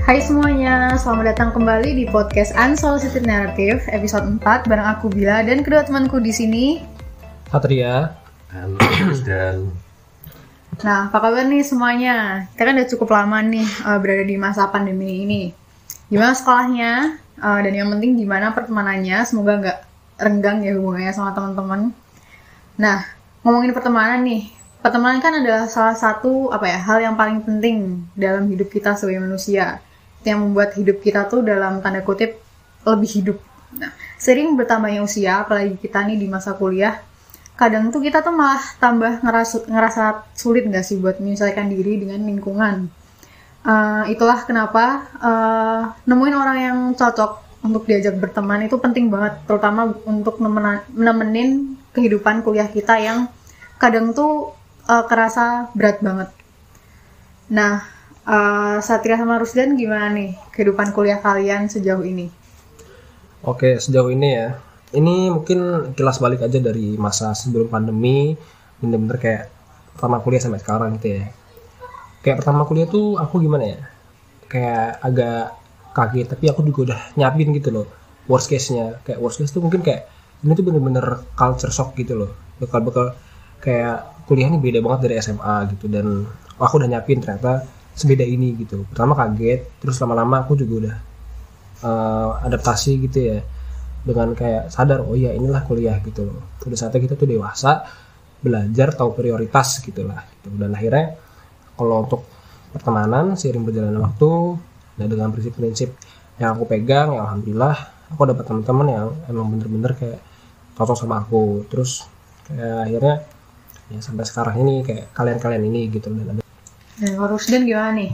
Hai semuanya, selamat datang kembali di podcast Unsolicited Narrative episode 4 bareng aku Bila dan kedua temanku di sini, Satria dan Nah, apa kabar nih semuanya? Kita kan udah cukup lama nih berada di masa pandemi ini. Gimana sekolahnya? Dan yang penting gimana pertemanannya? Semoga nggak renggang ya hubungannya sama teman-teman. Nah, ngomongin pertemanan nih. Pertemanan kan adalah salah satu hal yang paling penting dalam hidup kita sebagai manusia. Yang membuat hidup kita tuh dalam tanda kutip lebih hidup. Nah, sering bertambahnya usia, apalagi kita nih di masa kuliah, kadang tuh kita tuh malah tambah ngerasa sulit nggak sih buat menyesuaikan diri dengan lingkungan. Itulah kenapa nemuin orang yang cocok untuk diajak berteman itu penting banget, terutama untuk nemenin kehidupan kuliah kita yang kadang tuh kerasa berat banget. Nah, Satria sama Rusdan gimana nih kehidupan kuliah kalian sejauh ini? Oke, sejauh ini ya. Ini mungkin kilas balik aja dari masa sebelum pandemi, bener-bener kayak pertama kuliah sampai sekarang gitu ya. Kayak pertama kuliah tuh aku gimana ya? Kayak agak kaget, tapi aku juga udah nyiapin gitu loh. Worst case-nya, kayak worst case tuh mungkin kayak ini tuh bener-bener culture shock gitu loh. Bekal kayak kuliah ini beda banget dari SMA gitu, dan aku udah nyiapin ternyata sebeda ini gitu. Pertama kaget, terus lama-lama aku juga udah adaptasi gitu ya, dengan kayak sadar oh iya inilah kuliah gitu loh. Udah saatnya kita tuh dewasa, belajar, tahu prioritas gitulah gitu. Dan akhirnya kalau untuk pertemanan seiring berjalannya waktu, nah dengan prinsip-prinsip yang aku pegang, ya alhamdulillah aku dapat teman-teman yang emang bener-bener kayak cocok sama aku. Terus kayak akhirnya ya sampai sekarang ini kayak kalian-kalian ini gitu. Dan Rusdan gimana nih?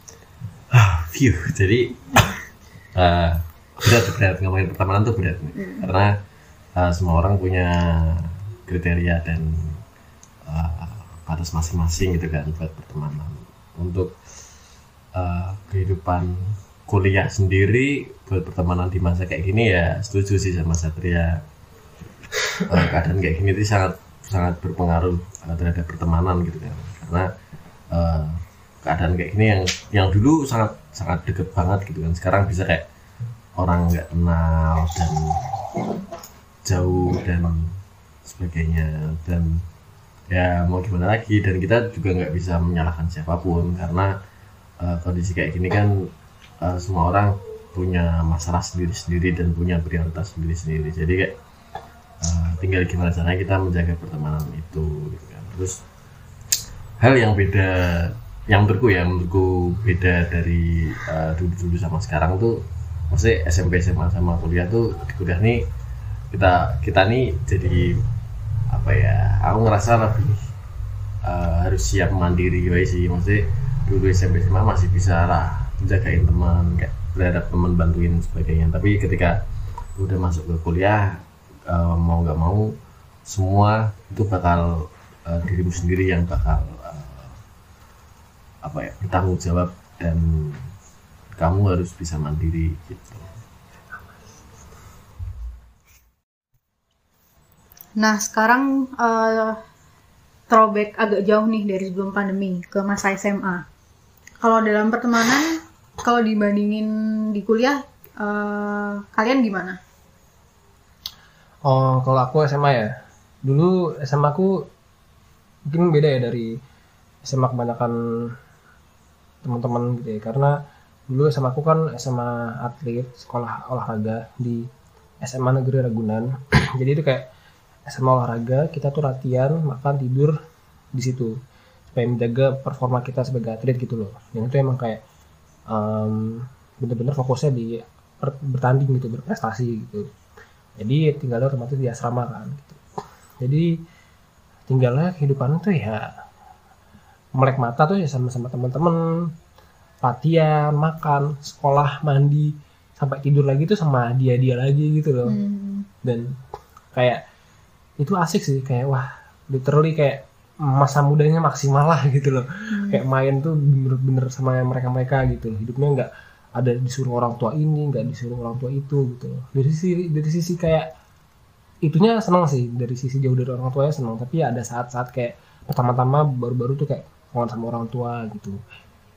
jadi berat ngomongin pertemanan tuh berat nih. Karena semua orang punya kriteria dan batas masing-masing gitu kan buat pertemanan. Untuk kehidupan kuliah sendiri buat pertemanan di masa kayak gini ya setuju sih sama Satria. Keadaan kayak gini tuh sangat berpengaruh terhadap pertemanan gitu kan. Karena keadaan kayak gini yang dulu sangat deket banget gitu kan, sekarang bisa kayak orang nggak kenal dan jauh dan sebagainya. Dan ya mau gimana lagi, dan kita juga nggak bisa menyalahkan siapapun karena kondisi kayak gini kan semua orang punya masalah sendiri-sendiri dan punya prioritas sendiri-sendiri. Jadi kayak tinggal gimana caranya kita menjaga pertemanan itu gitu kan. Terus hal yang beda yang menurutku beda dari dulu sama sekarang tuh, maksudnya SMP SMA sama kuliah tuh, di kuliah nih kita nih jadi aku ngerasa lebih harus siap mandiri guys sih. Maksudnya dulu SMP SMA masih bisa lah menjagain teman, kayak berhadap teman, bantuin sebagainya. Tapi ketika udah masuk ke kuliah, mau nggak mau semua itu bakal dirimu sendiri yang bakal bertanggung jawab, dan kamu harus bisa mandiri gitu. Nah, sekarang throwback agak jauh nih dari sebelum pandemi ke masa SMA. Kalau dalam pertemanan, kalau dibandingin di kuliah, kalian gimana? Oh, kalau aku SMA ya. Dulu SMA aku mungkin beda ya dari SMA kebanyakan teman-teman gitu ya. Karena dulu SMA aku kan SMA atlet, sekolah olahraga di SMA Negeri Ragunan. Jadi itu kayak SMA olahraga, kita tuh latihan, makan, tidur di situ supaya menjaga performa kita sebagai atlet gitu loh. Yang itu emang kayak bener-bener fokusnya di bertanding gitu, berprestasi gitu. Jadi tinggalnya otomatis di asrama kan gitu. Jadi tinggalnya kehidupan tuh ya melek mata tuh ya sama-sama teman-teman, latihan, makan, sekolah, mandi, sampai tidur lagi tuh sama dia lagi gitu loh. Dan kayak itu asik sih, kayak wah literally kayak masa mudanya maksimal lah gitu loh. Kayak main tuh bener-bener sama mereka gitu loh. Hidupnya nggak ada disuruh orang tua ini, nggak disuruh orang tua itu gitu loh. Dari sisi kayak itunya seneng sih, dari sisi jauh dari orang tuanya seneng. Tapi ada saat-saat kayak pertama-tama baru-baru tuh kayak kangen sama orang tua gitu.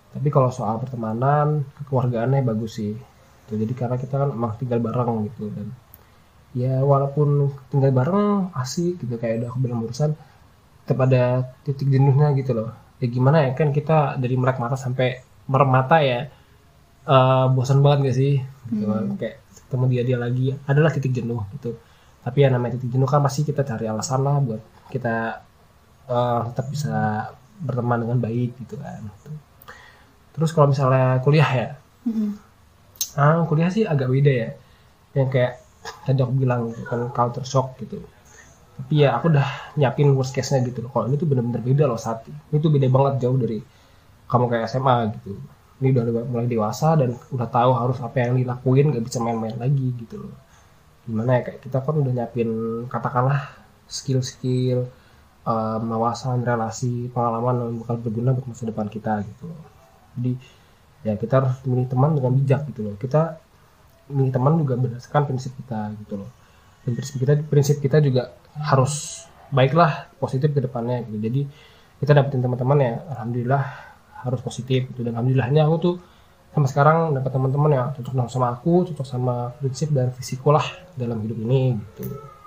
Tapi kalau soal pertemanan, kekeluargaannya bagus sih. Tuh, jadi karena kita kan emang tinggal bareng gitu, dan ya walaupun tinggal bareng asik gitu, kayak udah aku bilang barusan, tetap ada titik jenuhnya gitu loh. Ya gimana ya, kan kita dari melek mata sampai merem mata ya, bosan banget gak sih gitu. Kayak ketemu dia lagi adalah titik jenuh gitu. Tapi ya namanya titik jenuh kan pasti kita cari alasan lah buat kita tetap bisa berteman dengan baik gitu kan. Terus kalau misalnya kuliah ya, kuliah sih agak beda ya, yang kayak tadi aku bilang gitu kan, culture shock gitu. Tapi ya aku udah nyiapin worst case-nya gitu loh. Kalau ini tuh bener-bener beda loh saat ini tuh beda banget, jauh dari kamu kayak SMA gitu. Ini udah mulai dewasa dan udah tahu harus apa yang dilakuin, gak bisa main-main lagi gitu loh. Gimana ya, kayak kita kan udah nyiapin katakanlah skill-skill, wawasan, relasi, pengalaman yang bakal berguna buat masa depan kita gitu loh. Jadi ya kita harus memilih teman dengan bijak gitu loh. Kita milih teman juga berdasarkan prinsip kita gitu loh. Dan prinsip kita juga harus baiklah, positif ke depannya gitu. Jadi kita dapetin teman-teman ya alhamdulillah harus positif gitu. Dan alhamdulillahnya aku tuh sampai sekarang dapat teman-teman yang cocok sama aku, cocok sama prinsip dan visiku lah dalam hidup ini gitu.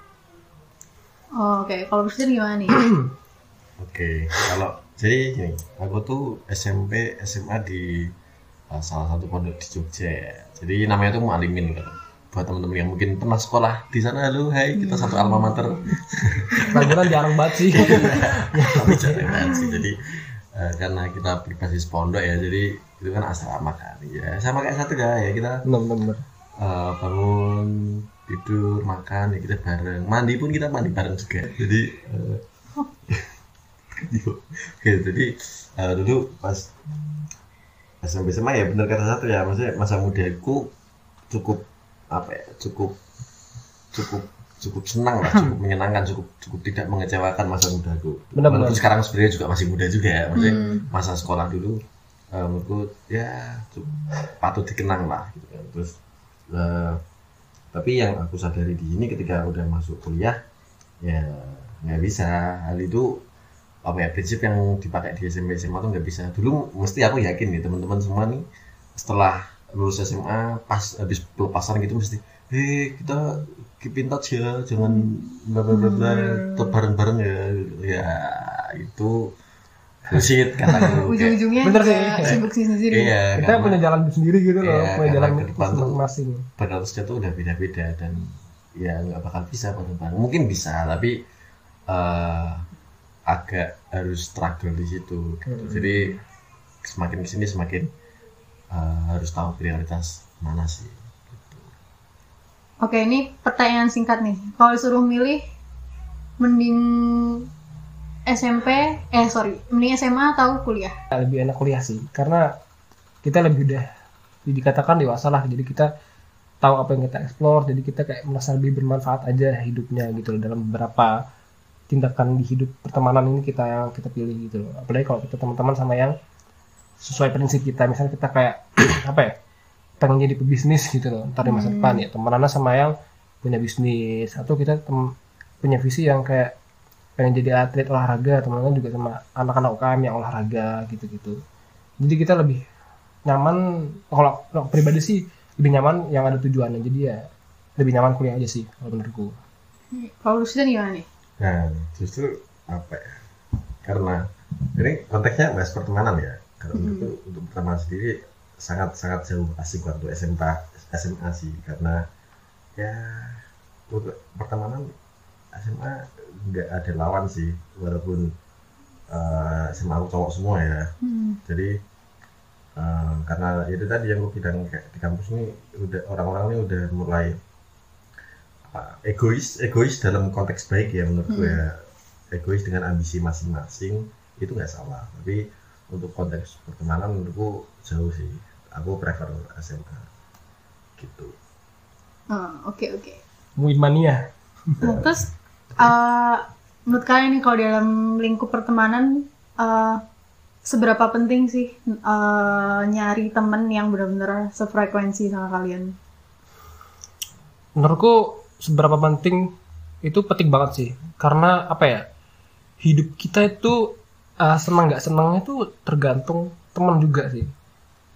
Oke, kalau Christian gimana nih? Oke, kalau jadi gini, aku tuh SMP SMA di salah satu pondok di Jogja. Jadi namanya tuh Mualimin kan. Buat teman-teman yang mungkin pernah sekolah di sana, halo, hai, kita satu alma mater. Ragunan jarang banget sih. Tapi jarang banget sih. Jadi karena kita berbasis pondok ya, jadi itu kan asrama kan. Ya sama kayak satu ya, kita Bener. bangun, tidur, makan ya kita bareng. Mandi pun kita mandi bareng juga. Jadi oke, jadi dulu pas SMP SMA ya benar kata satu ya, maksudnya masa mudaku cukup apa ya, cukup senang lah, cukup menyenangkan, cukup tidak mengecewakan masa mudaku. Walaupun sekarang sebenarnya juga masih muda juga ya, maksudnya masa sekolah dulu menurutku ya patut dikenang lah gitu kan. Terus tapi yang aku sadari di ini ketika udah masuk kuliah ya nggak bisa hal itu, apa ya, prinsip yang dipakai di SMP SMA tuh nggak bisa. Dulu mesti aku yakin nih teman-teman semua nih setelah lulus SMA pas habis pelepasan gitu mesti kita keep in touch ya, jangan bla bla bla tetap bareng-bareng ya itu bullshit kataku. Ujung-ujungnya bener sih, sibuk sendiri. Iya, kita punya jalan sendiri gitu loh, punya jalan masing-masing. Penerusnya tuh udah beda-beda dan ya nggak bakal bisa bareng-bareng. Mungkin bisa tapi agak harus struggle di situ gitu. Jadi semakin kesini semakin harus tahu prioritas mana sih gitu. Oke, ini pertanyaan singkat nih. Kalau disuruh milih mending mending SMA atau kuliah? Lebih enak kuliah sih, karena kita lebih udah dikatakan dewasa lah, jadi kita tahu apa yang kita explore, jadi kita kayak merasa lebih bermanfaat aja hidupnya gitu loh, dalam beberapa tindakan di hidup pertemanan ini yang kita pilih gitu loh. Apalagi kalau kita teman-teman sama yang sesuai prinsip kita, misalnya kita kayak apa ya, pengen jadi pebisnis gitu loh ntar di masa depan ya, teman-teman sama yang punya bisnis, atau kita punya visi yang kayak pengen jadi atlet olahraga, teman-teman juga sama anak-anak UKM yang olahraga gitu-gitu. Jadi kita lebih nyaman, kalau pribadi sih lebih nyaman yang ada tujuannya, jadi ya lebih nyaman kuliah aja sih kalau menurutku. Kalau lu sendiri gimana nih? Nah justru apa ya, karena ini konteksnya bahas pertemanan ya, kalau menurutku untuk pertemanan sendiri sangat jauh asik waktu SMA sih, karena ya untuk pertemanan SMA nggak ada lawan sih, walaupun SMA aku cowok semua ya. Jadi karena itu tadi yang aku bilang, kayak di kampus ini udah orang-orang ini udah mulai egois dalam konteks baik ya menurutku ya, egois dengan ambisi masing-masing itu nggak salah, tapi untuk konteks pertemanan menurutku jauh sih, aku prefer SMA gitu. Oke. Muin mania. Terus menurut kalian nih, kalau dalam lingkup pertemanan seberapa penting sih nyari temen yang benar-benar sefrekuensi sama kalian? Menurutku seberapa penting itu penting banget sih, karena apa ya, hidup kita itu senang nggak senangnya itu tergantung teman juga sih.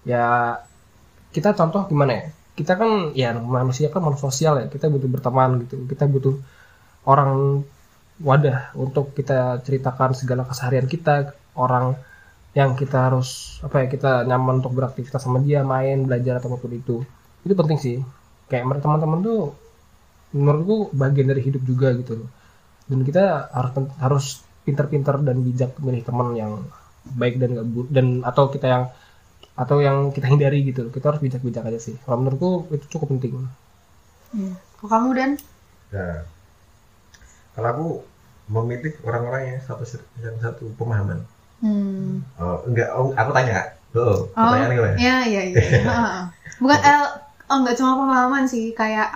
Ya kita contoh gimana ya? Kita kan ya manusia kan makhluk sosial ya. Kita butuh berteman gitu. Kita butuh orang wadah untuk kita ceritakan segala keseharian kita, orang yang kita harus kita nyaman untuk beraktivitas sama dia, main, belajar atau apapun itu penting sih. Kayak teman-teman tuh menurutku bagian dari hidup juga gitu loh. Dan kita harus pintar-pintar dan bijak memilih teman yang baik dan nggak buruk, dan atau yang kita hindari gitu. Kita harus bijak-bijak aja sih. Kalau menurutku itu cukup penting. Kalau kamu Dan? Nah, kalau aku memilih orang-orang yang satu pemahaman. Aku tanya. Pertanyaan gue. Iya. Bukan nggak cuma pemahaman sih, kayak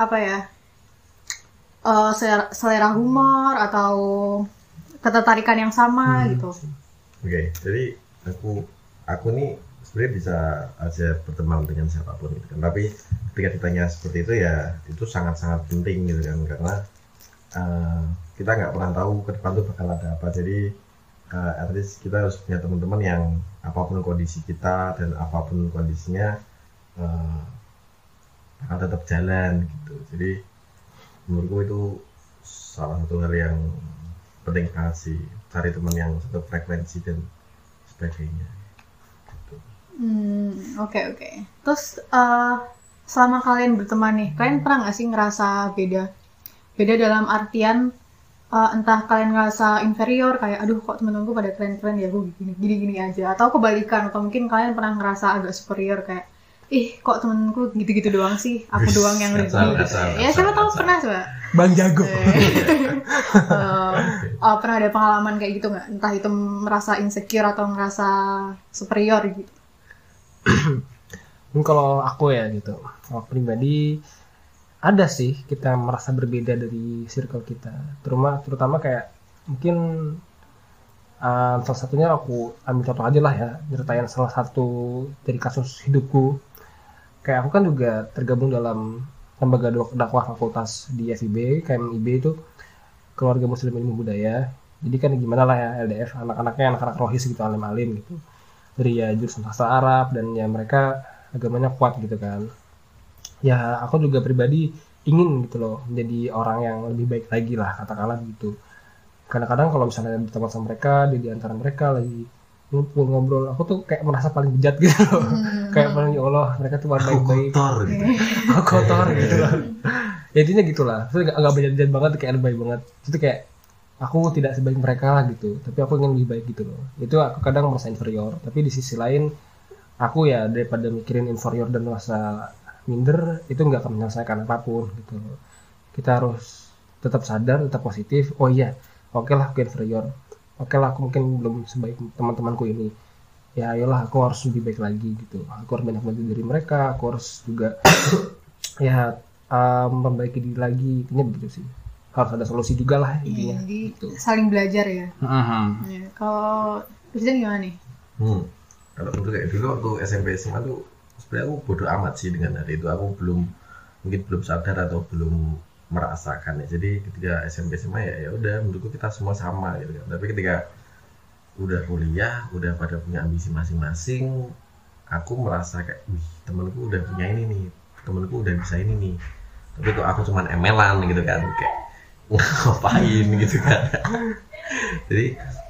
selera humor atau ketertarikan yang sama gitu. Oke, jadi aku nih sebenarnya bisa aja berteman dengan siapapun gitu kan. Tapi ketika ditanya seperti itu ya itu sangat-sangat penting gitu kan, karena kita nggak pernah tahu ke depan tuh bakal ada apa. Jadi at least kita harus punya teman-teman yang apapun kondisi kita dan apapun kondisinya akan tetap jalan gitu. Jadi menurutku itu salah satu hal yang penting banget sih, cari teman yang satu frekuensi dan sebagainya gitu. Oke. Terus selama kalian berteman nih, kalian pernah nggak sih ngerasa beda dalam artian entah kalian ngerasa inferior, kayak aduh kok temen-temenku pada keren-keren ya, gue gini aja, atau kebalikan, atau mungkin kalian pernah ngerasa agak superior, kayak kok temenku gitu-gitu doang sih, aku doang yang lebih ya siapa tahu pernah coba Bang Jago. Pernah ada pengalaman kayak gitu nggak, entah itu merasa insecure atau ngerasa superior gitu? Kalau aku ya gitu, kalau pribadi ada sih kita merasa berbeda dari circle kita, terutama kayak mungkin salah satunya aku ambil contoh aja lah ya, ceritain salah satu dari kasus hidupku. Kayak aku kan juga tergabung dalam lembaga dakwah fakultas di FIB, KMIB itu Keluarga Muslim Ilmu Budaya. Jadi kan gimana lah ya, LDF anak-anaknya anak-anak rohis gitu, alim-alim gitu, dari ya jurusan sastra Arab, dan ya mereka agamanya kuat gitu kan. Ya aku juga pribadi ingin gitu loh menjadi orang yang lebih baik lagi lah, katakanlah gitu. Kadang-kadang kalau misalnya berteman sama mereka, di antara mereka lagi ngobrol, aku tuh kayak merasa paling bejat gitu loh. Kayak paling ya Allah, mereka tuh baik-baik, kotor gitu lah. Ya intinya gitulah, itu agak bejat-bejat banget, kayak lebay banget. Itu kayak aku tidak sebaik mereka lah gitu, tapi aku ingin lebih baik gitu loh. Itu aku kadang merasa inferior, tapi di sisi lain aku ya daripada mikirin inferior dan merasa minder, itu nggak akan menyelesaikan apapun gitu. Kita harus tetap sadar, tetap positif. Oh iya, oke lah aku inferior, oke lah aku mungkin belum sebaik teman-temanku ini, ya ayolah aku harus lebih baik lagi gitu. Aku harus banyak belajar dari mereka, aku harus juga ya memperbaiki diri lagi. Intinya begitu sih, harus ada solusi juga lah intinya. Jadi gitu. saling belajar ya. Ya, kalau Presiden gimana nih? Kalau untuk kayak dulu waktu SMP SMA tuh sebenarnya aku bodoh amat sih dengan hari itu. Aku mungkin belum sadar atau belum merasakan ya. Jadi ketika SMP SMA ya udah, menurutku kita semua sama gitu kan. Tapi ketika udah kuliah, udah pada punya ambisi masing-masing, aku merasa kayak temenku udah punya ini nih, temenku udah bisa ini nih, tapi kok aku cuman emelan gitu kan, kayak ngapain gitu kan. Jadi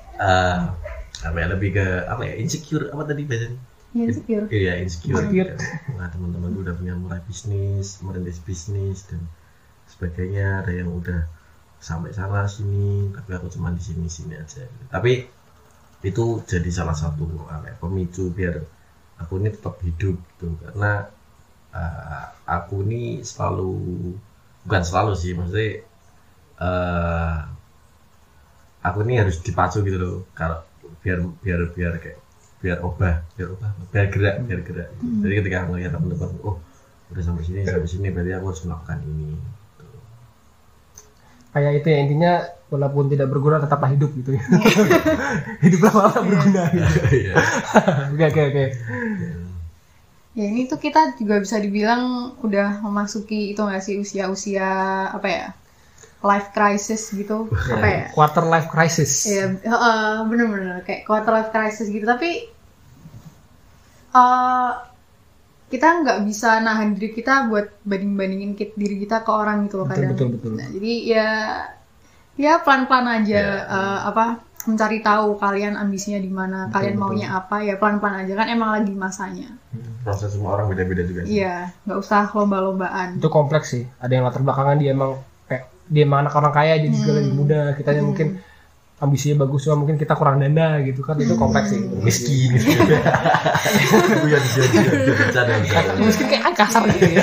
lebih ke insecure tadi bahasanya? Insecure. Iya, insecure. Nah, teman-teman udah punya mulai bisnis, merintis bisnis dan sebagainya, ada yang udah sampai sana sini, tapi aku cuma di sini aja. Tapi itu jadi salah satu pemicu biar aku ini tetap hidup gitu, karena aku ini bukan selalu sih, maksudnya aku ini harus dipacu gitu loh, kalau biar gerak. Jadi ketika aku lihat teman-teman, udah sampai sini berarti aku harus melakukan ini gitu. Kayak itu ya intinya, walaupun tidak berguna tetaplah hidup gitu ya. Hiduplah malah berguna gitu. Oke. Ya ini tuh kita juga bisa dibilang udah memasuki itu nggak sih, usia life crisis gitu, quarter life crisis. Iya, bener-bener kayak quarter life crisis gitu. Tapi kita nggak bisa nahan diri kita buat banding-bandingin diri kita ke orang gitu loh kadang. Betul. Nah, jadi ya pelan-pelan aja mencari tahu kalian ambisinya di mana, kalian maunya apa, ya pelan-pelan aja kan emang lagi masanya. Proses semua orang beda-beda juga sih. Iya, nggak usah lomba-lombaan. Itu kompleks sih. Ada yang latar belakangan dia emang kayak dia emang anak orang kaya jadi juga lebih muda. Kitanya mungkin ambisinya bagus, cuma mungkin kita kurang dana gitu kan. Itu kompleks sih. Miskin gitu. Itu yang bercanda. Miskin kayak kasar gitu ya.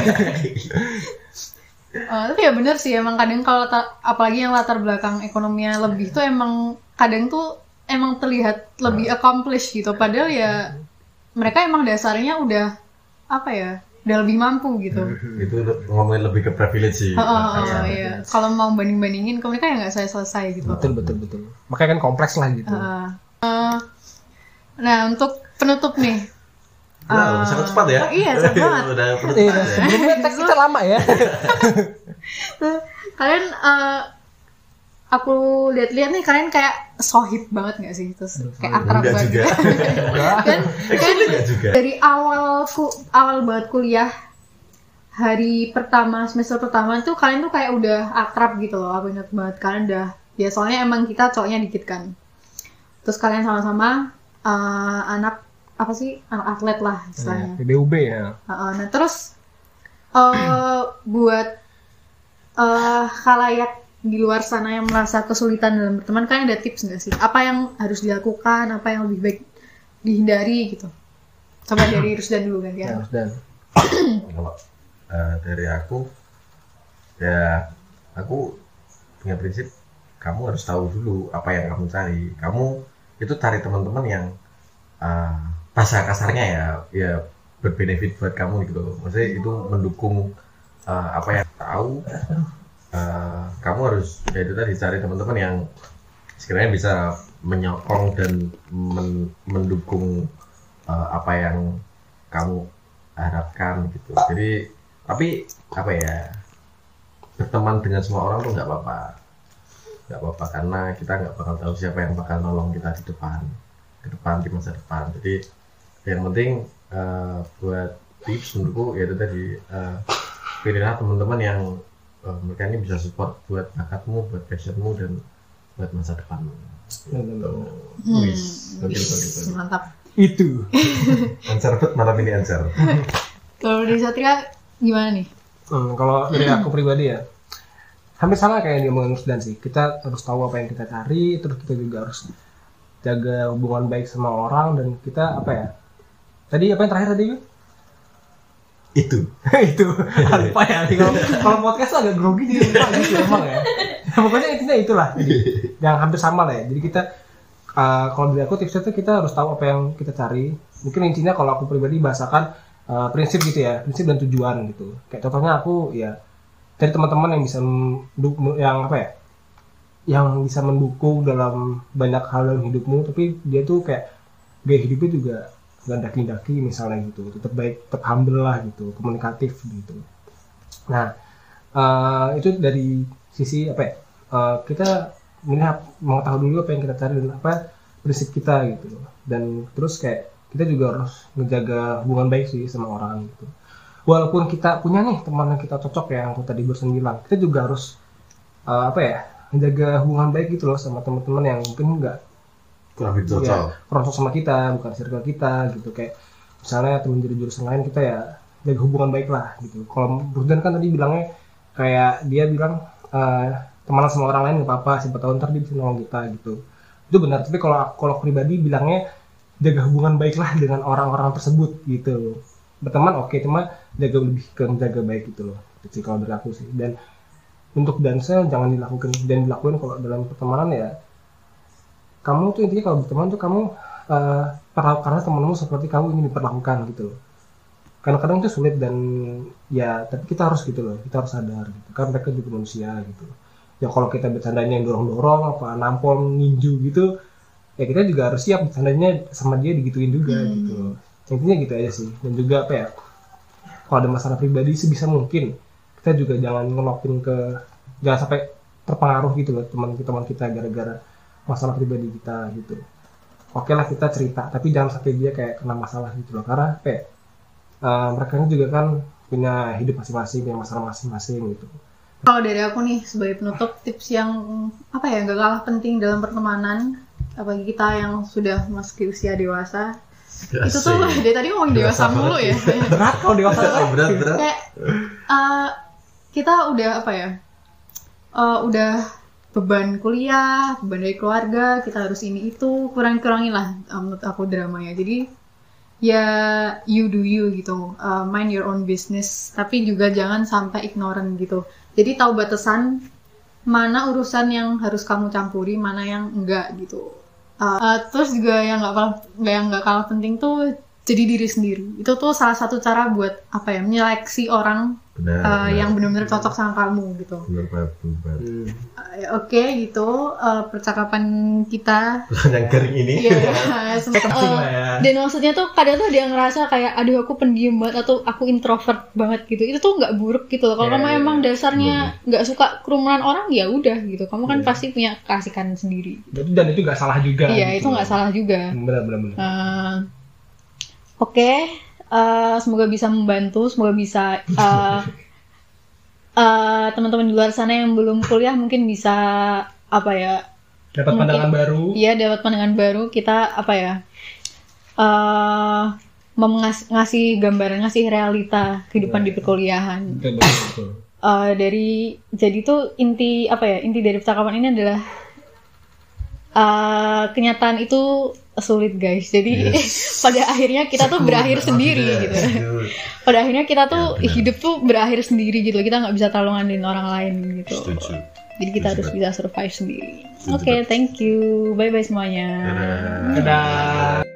Tapi ya bener sih, emang kadang kalau apalagi yang latar belakang ekonominya lebih tuh emang kadang tuh emang terlihat lebih accomplished gitu. Padahal ya mereka emang dasarnya udah udah lebih mampu gitu. Itu ngomongin lebih ke privilege sih. Iya. Kalau mau banding-bandingin ke mereka ya nggak selesai gitu. Betul. Makanya kan kompleks lah gitu. Nah untuk penutup nih. Sangat cepat ya? Iya, cepat banget. Udah penutup ya. Sebelumnya kita lama ya. Kalian aku lihat-lihat nih kalian kayak sohib banget nggak sih? Terus kayak akrab banget. Juga. kan juga. Dari awal banget kuliah, hari pertama, semester pertama tuh kalian tuh kayak udah akrab gitu loh. Aku ingat banget kalian udah, ya soalnya emang kita cowoknya dikit kan. Terus kalian sama-sama anak atlet lah istilahnya. PBUB ya. Nah terus buat khalayak di luar sana yang merasa kesulitan dalam berteman, kalian ada tips nggak sih? Apa yang harus dilakukan? Apa yang lebih baik dihindari gitu? Coba dari Rusdan dulu kan ya. Rusdan. Kalau dari aku punya prinsip, kamu harus tahu dulu apa yang kamu cari. Kamu itu cari teman-teman yang bahasa kasarnya ya berbenefit buat kamu gitu. Maksudnya itu mendukung apa yang tahu. Kamu harus ya itu tadi cari teman-teman yang sekiranya bisa menyokong dan mendukung apa yang kamu harapkan gitu. Jadi tapi berteman dengan semua orang tuh nggak apa-apa karena kita nggak bakal tahu siapa yang bakal nolong kita di depan di masa depan. Jadi yang penting buat tips menurutku yaitu tadi pilihlah teman-teman yang mereka ini bisa support buat bakatmu, buat passionmu dan buat masa depanmu. Mantap. Itu. Ancar bet malam ini Ancar. Kalau dari Satria gimana nih? Kalau dari aku pribadi ya, hampir sama kayak yang diomongin Rusdan sih. Kita harus tahu apa yang kita cari, terus kita juga harus jaga hubungan baik sama orang dan kita Tadi apa yang terakhir tadi? Itu lupa ya. Kalau podcast agak grogi dia lupa gitu emang ya. Pokoknya intinya itulah. Yang hampir sama lah ya. Jadi kita kalau dari aku tipsnya tuh kita harus tahu apa yang kita cari. Mungkin intinya kalau aku pribadi bahasakan prinsip gitu ya, prinsip dan tujuan gitu. Kayak contohnya aku ya cari teman-teman yang bisa yang bisa mendukung dalam banyak hal dalam hidupmu, tapi dia tuh kayak gaya hidupnya juga nggak daki-daki misalnya gitu, tetap baik, tetap humble lah gitu, komunikatif gitu. Nah itu dari sisi kita mengetahui dulu apa yang kita cari dan apa prinsip kita gitu, dan terus kayak kita juga harus menjaga hubungan baik sih sama orang gitu. Walaupun kita punya nih teman yang kita cocok ya, yang aku tadi barusan bilang, kita juga harus menjaga hubungan baik gitu loh sama teman-teman yang mungkin nggak kurang cocok sama kita, bukan circle kita gitu. Kayak misalnya teman dari jurusan lain, kita ya jaga hubungan baik lah gitu. Kalau Rusdan kan tadi bilangnya kayak dia bilang temenan sama orang lain nggak apa-apa, siapa tahu ntar dia bisa nolong kita gitu. Itu benar, tapi kalau pribadi bilangnya jaga hubungan baik lah dengan orang-orang tersebut gitu. Berteman oke, cuma jaga lebih ke menjaga baik gitu loh. Itu kalau dari aku sih. Dan untuk dansa jangan dilakukan kalau dalam pertemanan ya. Kamu tuh intinya kalau berteman tuh kamu perlakukanlah temanmu seperti kamu ingin diperlakukan gitu loh. Kadang-kadang itu sulit dan ya tapi kita harus gitu loh, kita harus sadar gitu. Kan mereka juga manusia gitu. Ya kalau kita bercandanya yang dorong-dorong nampol ninju gitu, ya kita juga harus siap bercandanya sama dia digituin juga gitu loh. Intinya gitu aja sih. Dan juga kalau ada masalah pribadi sebisa mungkin kita juga jangan jangan sampai terpengaruh gitu loh teman kita gara-gara masalah pribadi kita gitu. Oke lah kita cerita, tapi jangan sampai dia kayak kena masalah gitu loh. Karena mereka juga kan punya hidup masing-masing, punya masalah masing-masing gitu. Kalau dari aku nih sebagai penutup, tips yang apa ya, nggak kalah penting dalam pertemanan, apalagi kita yang sudah masuk usia dewasa. Itu tuh dari tadi ngomong dewasa mulu ya. Berat kalau dewasa. berat. Kayak kita udah apa ya? Udah beban kuliah, beban dari keluarga, kita harus ini itu, kurang-kurangin lah menurut aku dramanya. Jadi ya you do you gitu, mind your own business, tapi juga jangan sampai ignorant gitu. Jadi tahu batasan mana urusan yang harus kamu campuri, mana yang enggak gitu. Terus juga yang nggak kalah penting tuh jadi diri sendiri. Itu tuh salah satu cara buat apa ya, menyeleksi orang yang benar-benar cocok sama kamu gitu. Benar. Oke, gitu percakapan kita. Yang garing ini. Iya. Dan maksudnya tuh kadang tuh dia ngerasa kayak aduh aku pendiam banget atau aku introvert banget gitu. Itu tuh nggak buruk gitu loh. Kalau kamu emang dasarnya nggak suka kerumunan orang, ya udah gitu. Kamu kan pasti punya keasikan sendiri. Dan itu nggak salah juga. Iya, gitu. itu nggak salah juga. Benar. Oke, semoga bisa membantu, semoga bisa teman-teman di luar sana yang belum kuliah mungkin bisa apa ya, dapat pandangan baru. Iya, dapat pandangan baru. Kita apa ya, ngasih gambaran, ngasih realita kehidupan di perkuliahan. Betul. Jadi tuh inti dari percakapan ini adalah kenyataan itu sulit guys. Jadi pada akhirnya kita tuh berakhir sendiri gitu. Pada akhirnya kita tuh hidup tuh berakhir sendiri gitu. Kita nggak bisa tolong ngandelin orang lain gitu. Setuju. Jadi kita harus bisa survive sendiri. Oke, thank you. Bye bye semuanya. Dadah.